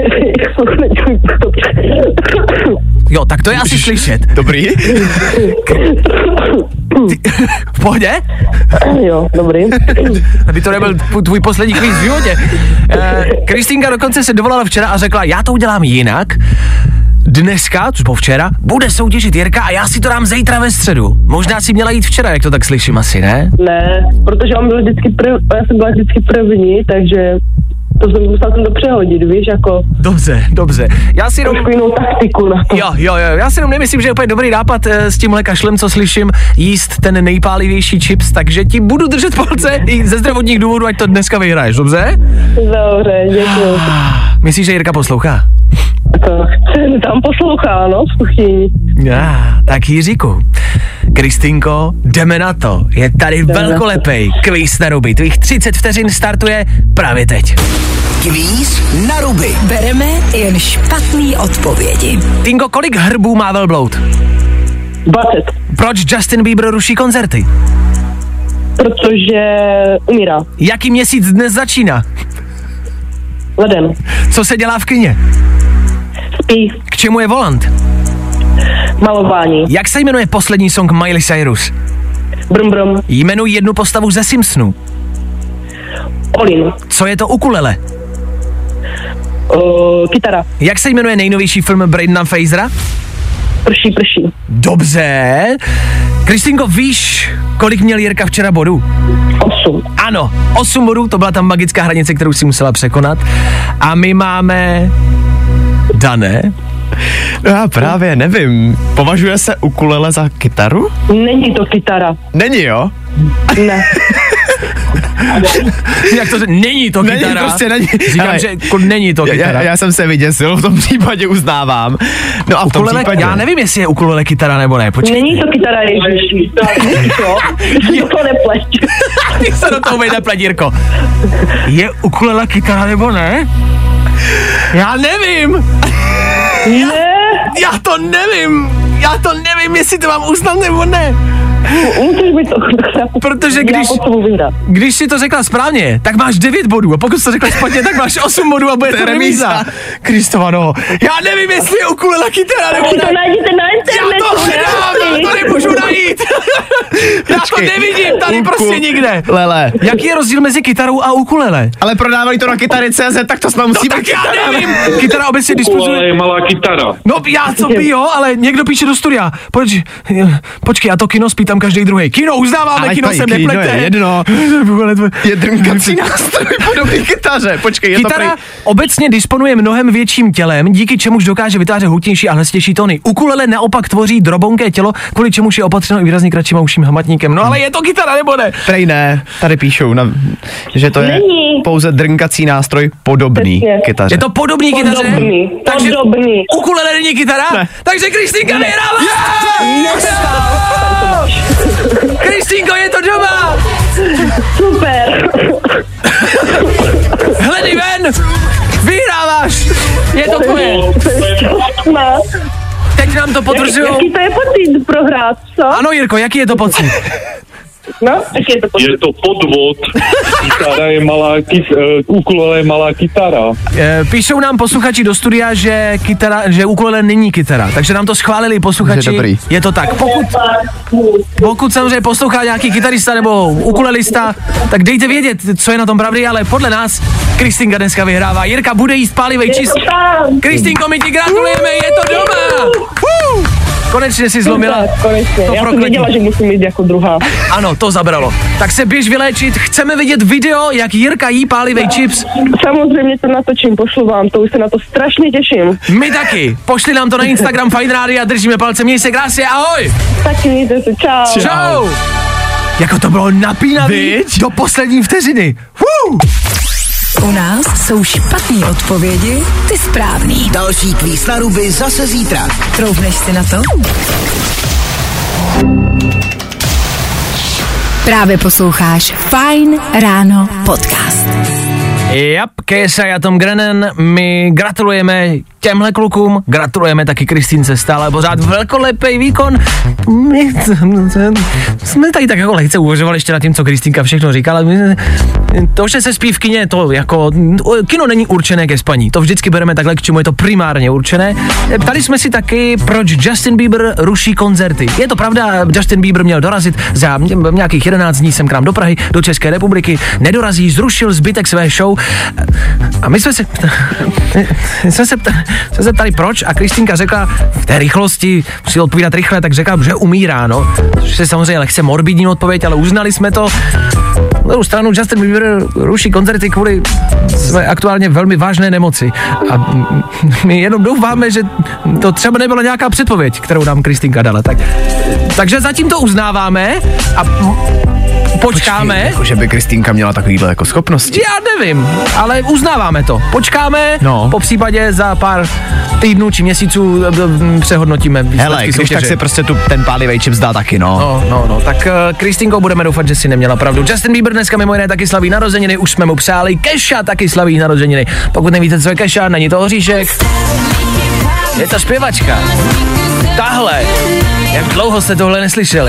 Jo, tak to je asi slyšet. Dobrý? Ty, v pohodě? Jo, dobrý. Aby to nebyl tvůj poslední kvíz v životě. Kristýnka dokonce se dovolala včera a řekla, já to udělám jinak. Dneska, což bylo včera, bude soutěžit Jirka a já si to dám zítra ve středu. Možná si měla jít včera, jak to tak slyším asi, ne? Ne, protože on byl vždycky prv, já jsem byla vždycky první, takže to jsem musel jsem to přehodit, víš, jako... Dobře, dobře. Já si jenom... jinou taktiku na to. Jo, jo, jo, já si jenom nemyslím, že je úplně dobrý nápad e, s tímhle kašlem, co slyším, jíst ten nejpálivější chips, takže ti budu držet palce i ze zdravotních důvodů, ať to dneska vyhraješ, dobře? Dobře, děkuji. Myslíš, že Jirka poslouchá? To chce, tam poslouchá, no, v kuchyni. Já, tak Jiříku, Kristýnko, jdeme na to. Je tady velkolepej kvíz na ruby. Tvých třicet vteřin startuje právě teď. Kvíz na ruby. Bereme jen špatný odpovědi. Tinko, kolik hrbů má velbloud? dvacet. Proč Justin Bieber ruší koncerty? Protože umírá. Jaký měsíc dnes začíná? Leden. Co se dělá v kině? Spí. K čemu je volant? Malování. Jak se jmenuje poslední song Miley Cyrus? Brum brum. Jmenuj jednu postavu ze Simpsonu. Olin. Co je to ukulele? Uh, kytara. Jak se jmenuje nejnovější film Bradena Frasera? Prší, prší. Dobře. Kristýnko, víš, kolik měl Jirka včera bodů? Osm. Ano, osm bodů, to byla ta magická hranice, kterou si musela překonat. A my máme... Dané? No já právě nevím. Považuje se ukulele za kytaru? Není to kytara. Není, jo? Ne. Jak to, že není to kytara? Není, prostě není. Říkám, Hele, že jako není to kytara. Já, já jsem se vyděsil, v tom případě uznávám. No a v tom ukulele, případě... já nevím, jestli je ukulele kytara nebo ne, počkej. Není to kytara, ježiši. Co? Ty to nepleť. Ty se do toho vejde pleť, Jirko. Je ukulele kytara nebo ne? Já nevím. Ne. Já to nevím. Já to nevím, jestli to mám uznat nebo ne. Musíš být to. Protože když, když si to řekla správně, tak máš devět bodů a pokud jsi to řekla špatně, tak máš osm bodů a bude to remíza. Kristovano, já nevím, jestli je ukulele kytara nebo ne. To najdete na internetu. Já to hledám, já to nemůžu najít. Já to nevidím tady Uku, prostě nikde. Lele. Jaký je rozdíl mezi kytarou a ukulele? Ale prodávali to na kytary tečka cé zet, tak to snad musí No být tak já kytara. nevím. Kytara obecně disponuje. je malá kytara. No já co by jo, ale někdo píše do studia. Poč, počkej, a to kino spí tam každý druhý. Kino, uznáváme, Ale kino tady se kino neplete. je jedno. Je drnkací nástroj podobný kytaře. Počkej, je Kytara to prý... obecně disponuje mnohem větším tělem, díky čemuž dokáže vytvářet hutnější a hlastější tóny. Ukulele naopak tvoří drobonké tělo, kvůli čemuž je opatřeno i výrazně kratším a užším hmatníkem. No ale je to kytara nebo ne? Prej ne, tady píšou, na, že to je Není. pouze drnkací nástroj podobný Přesně. kytaře. Je to podobný kytaře? Podobný. Takže Podobný. ukulele není kytara? Ne. Takže Kristýnka vyhrává! Kristýnko, je to doma! Super. Hledej ven! Vyhráváš! Je to tvoje! No. Teď nám to potvrzujou. Jaký to je pocit prohrát, co? Ano, Jirko, jaký je to pocit? No, jaký je to pocit? Je to podvod. Kytara je malá, kys, uh, ukulele je malá kytara. E, píšou nám posluchači do studia, že kytara, že ukulele není kytara, takže nám to schválili posluchači. Je dobrý. Je to tak. Pokud, pokud samozřejmě poslouchá nějaký kytarista nebo ukulelista, tak dejte vědět, co je na tom pravdy, ale podle nás Kristýnka dneska vyhrává. Jirka bude jíst pálivej čist. Kristýnko, my ti gratulujeme, je to doma! Uh! Konečně si zlomila. Konečně, to já jsem prokletí. věděla, že musím jít jako druhá. Ano, to zabralo. Tak se běž vyléčit, chceme vidět video, jak Jirka jí pálivej chips. Samozřejmě to natočím, pošlu vám, to už se na to strašně těším. My taky. Pošli nám to na Instagram Fajn Rádia, držíme palce, měj se krásně, ahoj. Taky mějte se, čau. Čau. Jako to bylo napínavý Viď? do poslední vteřiny. Woo! U nás jsou špatné odpovědi, ty správný. Další kvíz na ruby zase zítra. Troufneš si na to? Právě posloucháš Fajn ráno podcast. Jap, Késa a Tom Grennan, my gratulujeme těmhle klukům, gratulujeme taky Kristýnce, stále pořád velkolepý výkon. My jsme tady tak jako lehce uvažovali ještě nad tím, co Kristýnka všechno říkala. To, že se spí v kině, to jako, kino není určené ke spaní, to vždycky bereme takhle, k čemu je to primárně určené. Ptali jsme si taky, proč Justin Bieber ruší koncerty. Je to pravda, Justin Bieber měl dorazit za nějakých jedenáct dní sem k nám do Prahy, do České republiky, nedorazí, zrušil zbytek své show. A my jsme se, jsme se, jsme se ptali proč a Kristýnka řekla v té rychlosti, musí odpovídat rychle, tak řekla, že umírá, no. Což je samozřejmě lehce morbidní odpověď, ale uznali jsme to. Na druhou stranu Justin Bieber ruší koncerty kvůli své aktuálně velmi vážné nemoci. A my jenom doufáme, že to třeba nebyla nějaká předpověď, kterou nám Kristýnka dala. Tak, takže zatím to uznáváme a počkáme. Počkej, jako, že by Kristýnka měla takovýhle jako schopnosti. Já nevím, ale uznáváme to. Počkáme, no. Po případě za pár týdnů či měsíců přehodnotíme výsledky. Hele, když soutěže. tak si prostě tu ten pálivej čip zdá taky, no. No, no, no, tak uh, Kristýnko, budeme doufat, že si neměla pravdu. Justin Bieber dneska mimo jiné taky slaví narozeniny, už jsme mu přáli. Kesha taky slaví narozeniny. Pokud nevíte, co je Kesha, není to oříšek. Je to zpěvačka. Tahle. Jak dlouho jste tohle neslyšeli?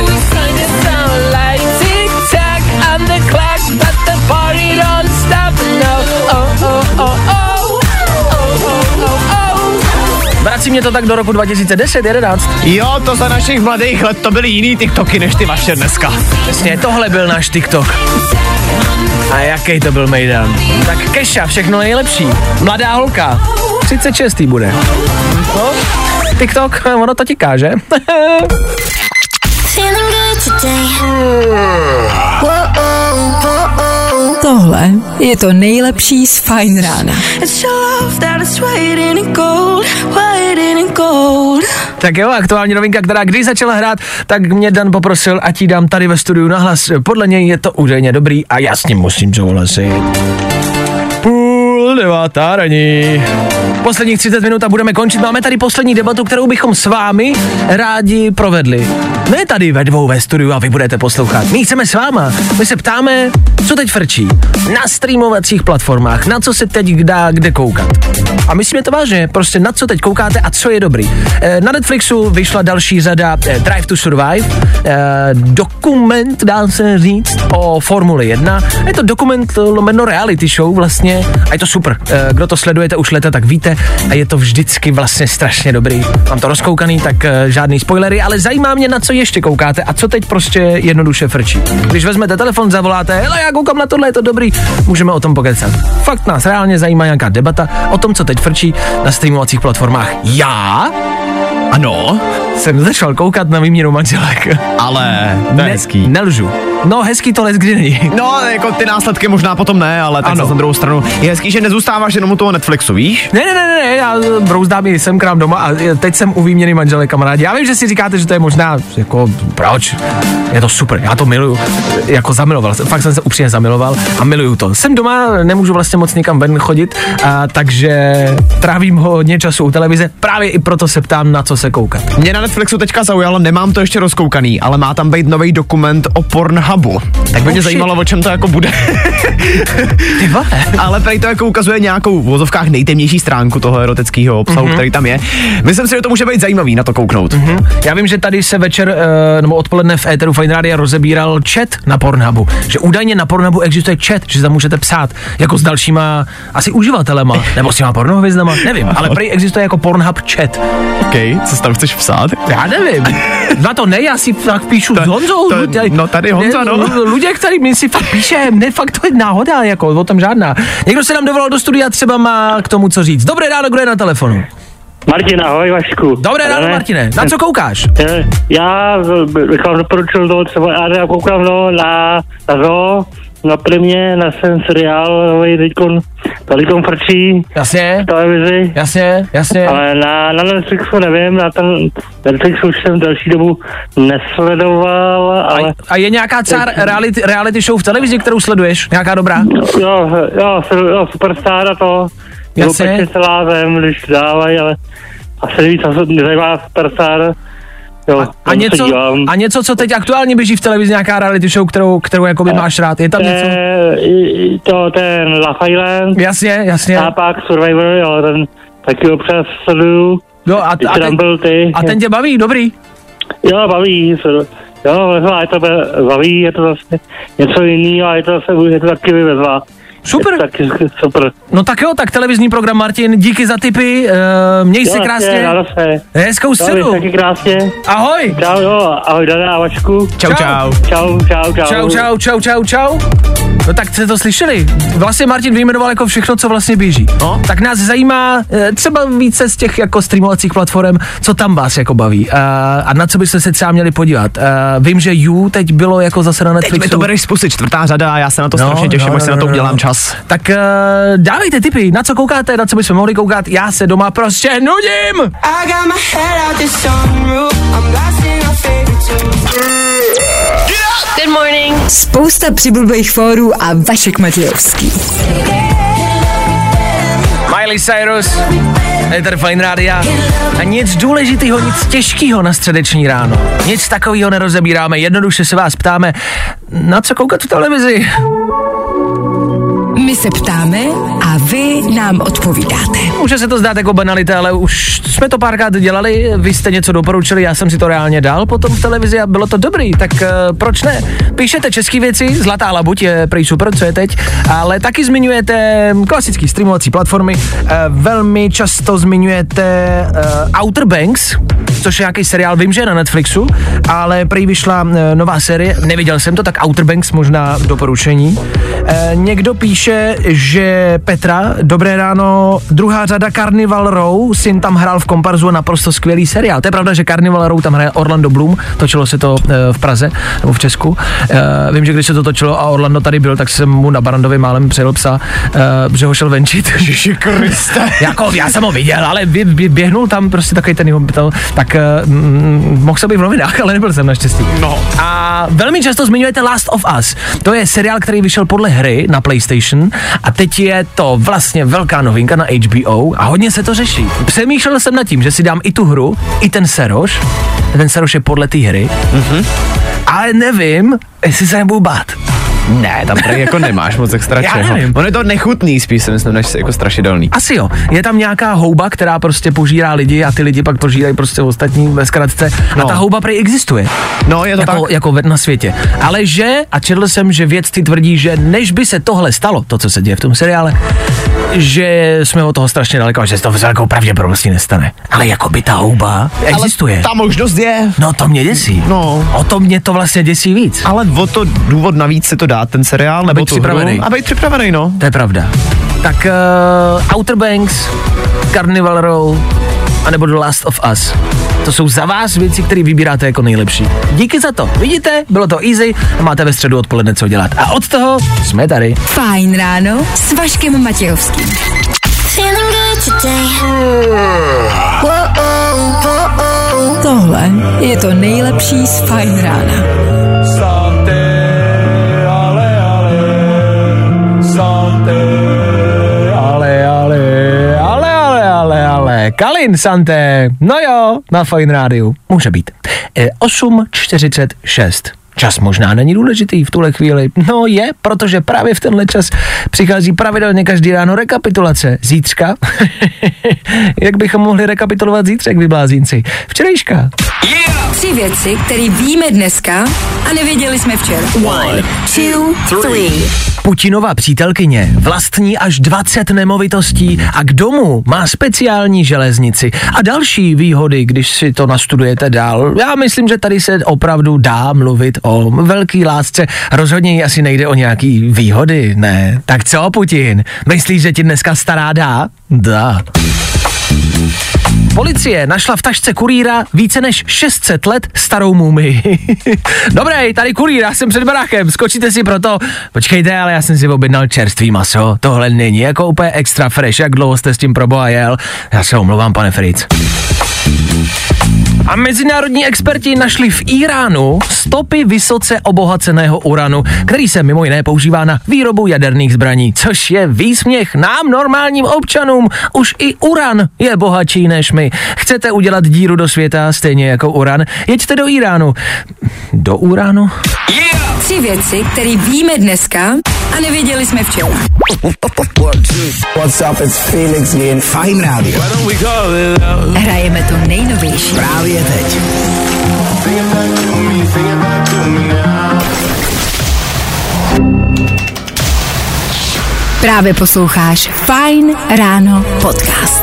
Vrací Vrací mě to tak do roku dva tisíce deset jedenáct. Jo, to za našich mladých let to byly jiný TikToky než ty vaše dneska. Přesně, tohle byl náš TikTok. A jaký to byl mejdan. Tak Keša, všechno nejlepší. Mladá holka. třicet šest bude. No, TikTok, ono to tiká, že? Tohle je to nejlepší z Fajn rána. Tak jo, aktuální novinka, která když začala hrát, tak mě Dan poprosil, ať jí dám tady ve studiu nahlas. Podle něj je to údajně dobrý a já s ním musím souhlasit. Půl devátá raní. Posledních třicet minut a budeme končit. Máme tady poslední debatu, kterou bychom s vámi rádi provedli. Ne tady ve dvou ve studiu a vy budete poslouchat. My chceme s váma. My se ptáme, co teď frčí. Na streamovacích platformách, na co se teď dá kde koukat. A myslíme to vážně, prostě na co teď koukáte a co je dobrý. Na Netflixu vyšla další řada Drive to Survive, dokument, dá se říct, o Formule jedna. Je to dokument lomeno reality show vlastně a je to super. Kdo to sledujete už leta, tak víte a je to vždycky vlastně strašně dobrý. Mám to rozkoukaný, tak žádný spoilery, ale zajímá mě, na co ještě koukáte a co teď prostě jednoduše frčí. Když vezmete telefon, zavoláte, hele, já koukám na tohle, je to dobrý, můžeme o tom pokecat. Fakt nás reálně zajímá nějaká debata o tom, co teď frčí na streamovacích platformách. Já? Ano. Jsem začal koukat na výměnu manželek. Ale to je ne, hezký. Nelžu. No, hezký to les kdy není. No, jako ty následky možná potom ne, ale tak na druhou stranu je hezký, že nezůstáváš jenom u toho Netflixu, víš? Ne, ne, ne, ne, já brouzdám i sem krám doma a teď jsem u výměny manželek, kamarádi. Já vím, že si říkáte, že to je možná, jako, proč? Je to super, já to miluju, jako zamiloval, fakt jsem se upřímně zamiloval a miluju to. Jsem doma, nemůžu vlastně moc nikam ven chodit, a, takže trávím hodně času u televize, právě i proto se ptám, na co se koukat. Mě na Netflixu teďka zaujalo, nemám to ještě rozkoukaný, ale má tam být nový dokument o Pornhubu. Tak by mě oh, zajímalo, o čem to jako bude. Ty vole. Ale tady to jako ukazuje nějakou v vozovkách nejtemnější stránku toho erotického obsahu, mm-hmm. který tam je. Myslím si, že to může být zajímavý na to kouknout. Mm-hmm. Já vím, že tady se večer uh, nebo odpoledne v éteru Fajn Rádia rozebíral chat na Pornhubu. Že údajně na Pornhubu existuje chat, že tam můžete psát jako s dalšíma asi uživatelema, nebo s těma pornohvězdama, nevím, ale prý existuje jako Pornhub chat. OK, co tam chceš psát? Já nevím. Na to ne, já si tak píšu to, s Honzou. To, tady, no tady Honza, no. Lidé, který mi si fakt píše, ne, fakt to je náhoda, jako o tom žádná. Někdo se nám dovolal do studia, třeba má k tomu co říct. Dobré ráno, kdo je na telefonu? Martin, ahoj Vašku. Dobré ráno, Martine, na co koukáš? Já bych vám doporučil to třeba, já koukám no, na, na to, na Primě, na ten seriál, nový teďkon, teďkon frčí. Jasně. V televizi. Jasně, jasně. Ale na, na Netflixu nevím, na ten Netflix už jsem další dobu nesledoval, ale... A, a je nějaká cár reality, reality show v televizi, kterou sleduješ? Nějaká dobrá? Jo, jo, jo Superstar a to. Jasně. Jo, celá zem, když dávají, ale asi víc, co mě zajímá Superstar. Jo, a, a, něco, a něco, co teď aktuálně běží v televizi, nějaká reality show, kterou, kterou jakoby máš rád, je tam te, něco? To ten Love Island. Jasně, jasně. A pak Survivor, jo, ten taky občas sleduju. Jo, a, t- a, ten, ty. a ten tě baví, dobrý? Jo, baví, jo, vezva, je to baví, je to vlastně něco jiného a je to zase, je to taky vyvezva. Super. Taky super. No tak jo, tak televizní program Martin, díky za tipy, uh, měj jo, se krásně. Hezkou středu. Taky krásně. Ahoj. Čau, jo, ahoj Dana a Vašku. Čau, čau. Čau, čau, čau. Čau, čau, čau, čau, čau. No tak jste to slyšeli. Vlastně Martin vyjmenoval jako všechno, co vlastně běží. No. Tak nás zajímá třeba více z těch jako streamovacích platform, co tam vás jako baví. Uh, a na co byste se třeba měli podívat. Uh, vím, že You teď bylo jako zase na Netflixu. Teď mi to bereš spustit, čtvrtá řada a já se na to no, strašně těším, no, až no, se no, na to udělám no. čas. Tak uh, dávejte tipy, na co koukáte, na co bychom mohli koukat. Já se doma prostě nudím. Good morning. Spousta přibulbých fórů a Vašek Matějovský. Miley Cyrus, Éter Fajn Rádia. A nic důležitýho, nic těžkýho na středeční ráno. Nic takového nerozebíráme, jednoduše se vás ptáme, na co koukat v televizi. My se ptáme a vy nám odpovídáte. Může se to zdát jako banalita, ale už jsme to párkrát dělali, vy jste něco doporučili, já jsem si to reálně dal potom v televizi a bylo to dobrý, tak uh, proč ne? Píšete české věci, Zlatá labuť je prej super, co je teď, ale taky zmiňujete klasický streamovací platformy, uh, velmi často zmiňujete uh, Outer Banks, což je nějaký seriál, vím, že je na Netflixu, ale prej vyšla uh, nová série, neviděl jsem to, tak Outer Banks možná doporučení. Uh, někdo píše, že Petra, dobré ráno, druhá řada Carnival Row, syn tam hrál v komparzu, naprosto skvělý seriál. To je pravda, že Carnival Row tam hraje Orlando Bloom, točilo se to e, v Praze nebo v Česku. E, vím, že když se to točilo a Orlando tady byl, tak jsem mu na Barandově málem přejel psa, e, že ho šel venčit. Ježiši Kriste. Jako, já jsem ho viděl, ale bě, bě, běhnul tam prostě takový ten jeho bytel, tak e, m, mohl se být v novinách, ale nebyl jsem naštěstí. No. A velmi často zmiňujete Last of Us. To je seriál, který vyšel podle hry na PlayStation a teď je to vlastně velká novinka na H B O a hodně se to řeší. Přemýšlel jsem nad tím, že si dám i tu hru, i ten seroš. Ten seroš je podle té hry. Mm-hmm. Ale nevím, jestli se nebudu bát. Ne, tam tady jako nemáš moc extra čeho. On je to nechutný spíš, si myslím, než jako strašidelný. Asi jo. Je tam nějaká houba, která prostě požírá lidi a ty lidi pak požírají prostě ostatní ve zkratce. No. A ta houba prej existuje. No, je to jako, tak. Jako na světě. Ale že, a četl jsem, že vědci tvrdí, že než by se tohle stalo, to, co se děje v tom seriále, že jsme od toho strašně daleko a že se to velkou pravděpodobností nestane. Ale jako by ta houba existuje. Ale ta možnost je. No to mě děsí. No. O to mě to vlastně děsí víc. Ale o to důvod navíc se to dá, ten seriál, nebo tu hru. A být připravený, no. To je pravda. Tak uh, Outer Banks, Carnival Row, anebo The Last of Us. To jsou za vás věci, které vybíráte jako nejlepší. Díky za to. Vidíte, bylo to easy a máte ve středu odpoledne co dělat. A od toho jsme tady. Fajn ráno s Vaškem Matějovským. Tohle je to nejlepší z Fajn rána. Ale, ale, ale, ale, ale, ale, Kalin Santé, no jo, na Fajn rádiu, může být. E, osm čtyřicet šest. Čas možná není důležitý v tuhle chvíli. No je, protože právě v tenhle čas přichází pravidelně každý ráno rekapitulace. Zítřka? Jak bychom mohli rekapitulovat zítřek, vy blázínci? Včerejška. Yeah! Tři věci, které víme dneska a nevěděli jsme včera. One, two, three. Putinova přítelkyně vlastní až dvacet nemovitostí a k domu má speciální železnici a další výhody, když si to nastudujete dál. Já myslím, že tady se opravdu dá mluvit o velký lásce. Rozhodně jí asi nejde o nějaký výhody, ne? Tak co, Putin? Myslíš, že ti dneska stará dá? Dá. Policie našla v tašce kurýra více než šest set let starou mumii. Dobrý, tady kurýr, já jsem před barákem, skočíte si proto. Počkejte, ale já jsem si objednal čerstvý maso. Tohle není jako úplně extra fresh, jak dlouho jste s tím proboha jel. Já se omlouvám, pane Fritz. A mezinárodní experti našli v Iránu stopy vysoce obohaceného uranu, který se mimo jiné používá na výrobu jaderných zbraní, což je výsměch nám, normálním občanům. Už i uran je bohatší než my. Chcete udělat díru do světa stejně jako uran? Jeďte do Iránu. Do Uránu? Yeah! Tři věci, které víme dneska a nevěděli jsme včera. What's up, it's Felix in Fajn rádio. Hrajeme to nejnovější. Právě teď. Právě posloucháš Fajn ráno podcast.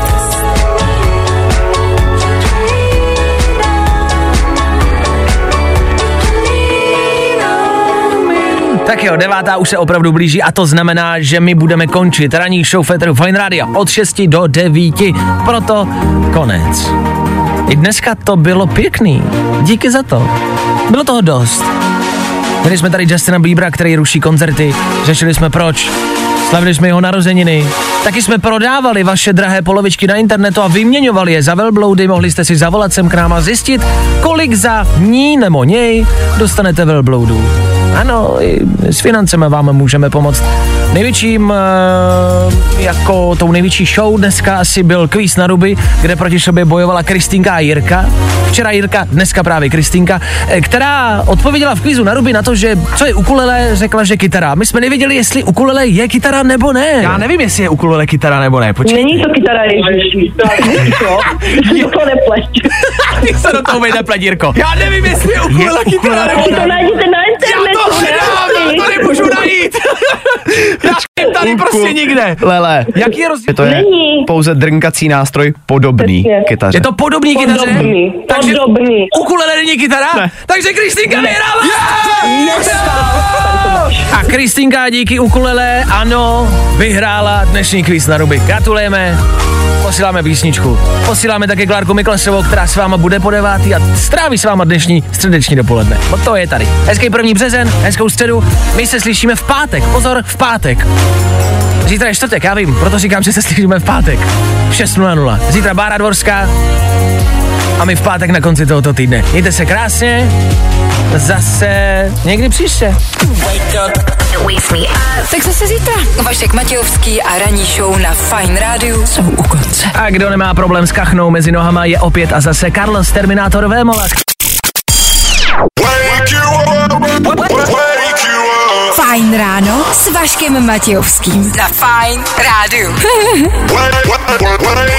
Tak jo, devátá už se opravdu blíží a to znamená, že my budeme končit ranní show Féteru Fajn rádia od šesti do devíti. Proto konec. I dneska to bylo pěkný. Díky za to. Bylo toho dost. Měli jsme tady Justina Biebera, který ruší koncerty. Řešili jsme proč. Slavili jsme jeho narozeniny. Taky jsme prodávali vaše drahé polovičky na internetu a vyměňovali je za velbloudy. Mohli jste si zavolat sem k nám a zjistit, kolik za ní nebo něj dostanete velbloudů. Ano, i s financemi vám můžeme pomoct. Největším, jako tou největší show dneska asi byl kvíz na ruby, kde proti sobě bojovala Kristýnka a Jirka. Včera Jirka, dneska právě Kristýnka, která odpověděla v kvízu na ruby na to, že co je ukulele, řekla, že kytara. My jsme nevěděli, jestli ukulele je kytara nebo ne. Já nevím, jestli je ukulele kytara nebo ne. Počkej. Není to kytara, ježiši. To to nepleť. Ty se do toho vejde pleť, Jirko. Já nevím, jestli je ukulele Je kytara nebo To ne. najděte na internetu. Já to hledám, já to nemůžu najít. Já tady prostě nikde. Lele, jaký je rozdíl? To je Není. pouze drnkací nástroj podobný Přesně. kytaře. Je to podobný kytaře? Podobný, Takže podobný. ukulele není kytara? Ne. Takže Kristýnka vyhrála! Yes! A Kristýnka díky ukulele, ano, vyhrála dnešní kvíz na ruby. Gratulujeme. Posíláme písničku. Posíláme také Klárku Miklasovou, která s váma bude po devátý a stráví s váma dnešní středeční dopoledne. O to je tady. Hezký první březen, hezkou středu. My se slyšíme v pátek. Pozor, v pátek. Zítra je čtvrtek, já vím, proto říkám, že se slyšíme v pátek. V šest nula nula. Zítra Bára Dvorská a my v pátek na konci tohoto týdne. Mějte se krásně. Zase někdy příště. Tak zase zítra. Vašek Matějovský a ranní show na Fajn rádiu jsou u konce. A kdo nemá problém s kachnou mezi nohama, je opět a zase Carlos Terminátor Vémola. Fajn ráno s Vaškem Matějovským. Na Fajn rádiu.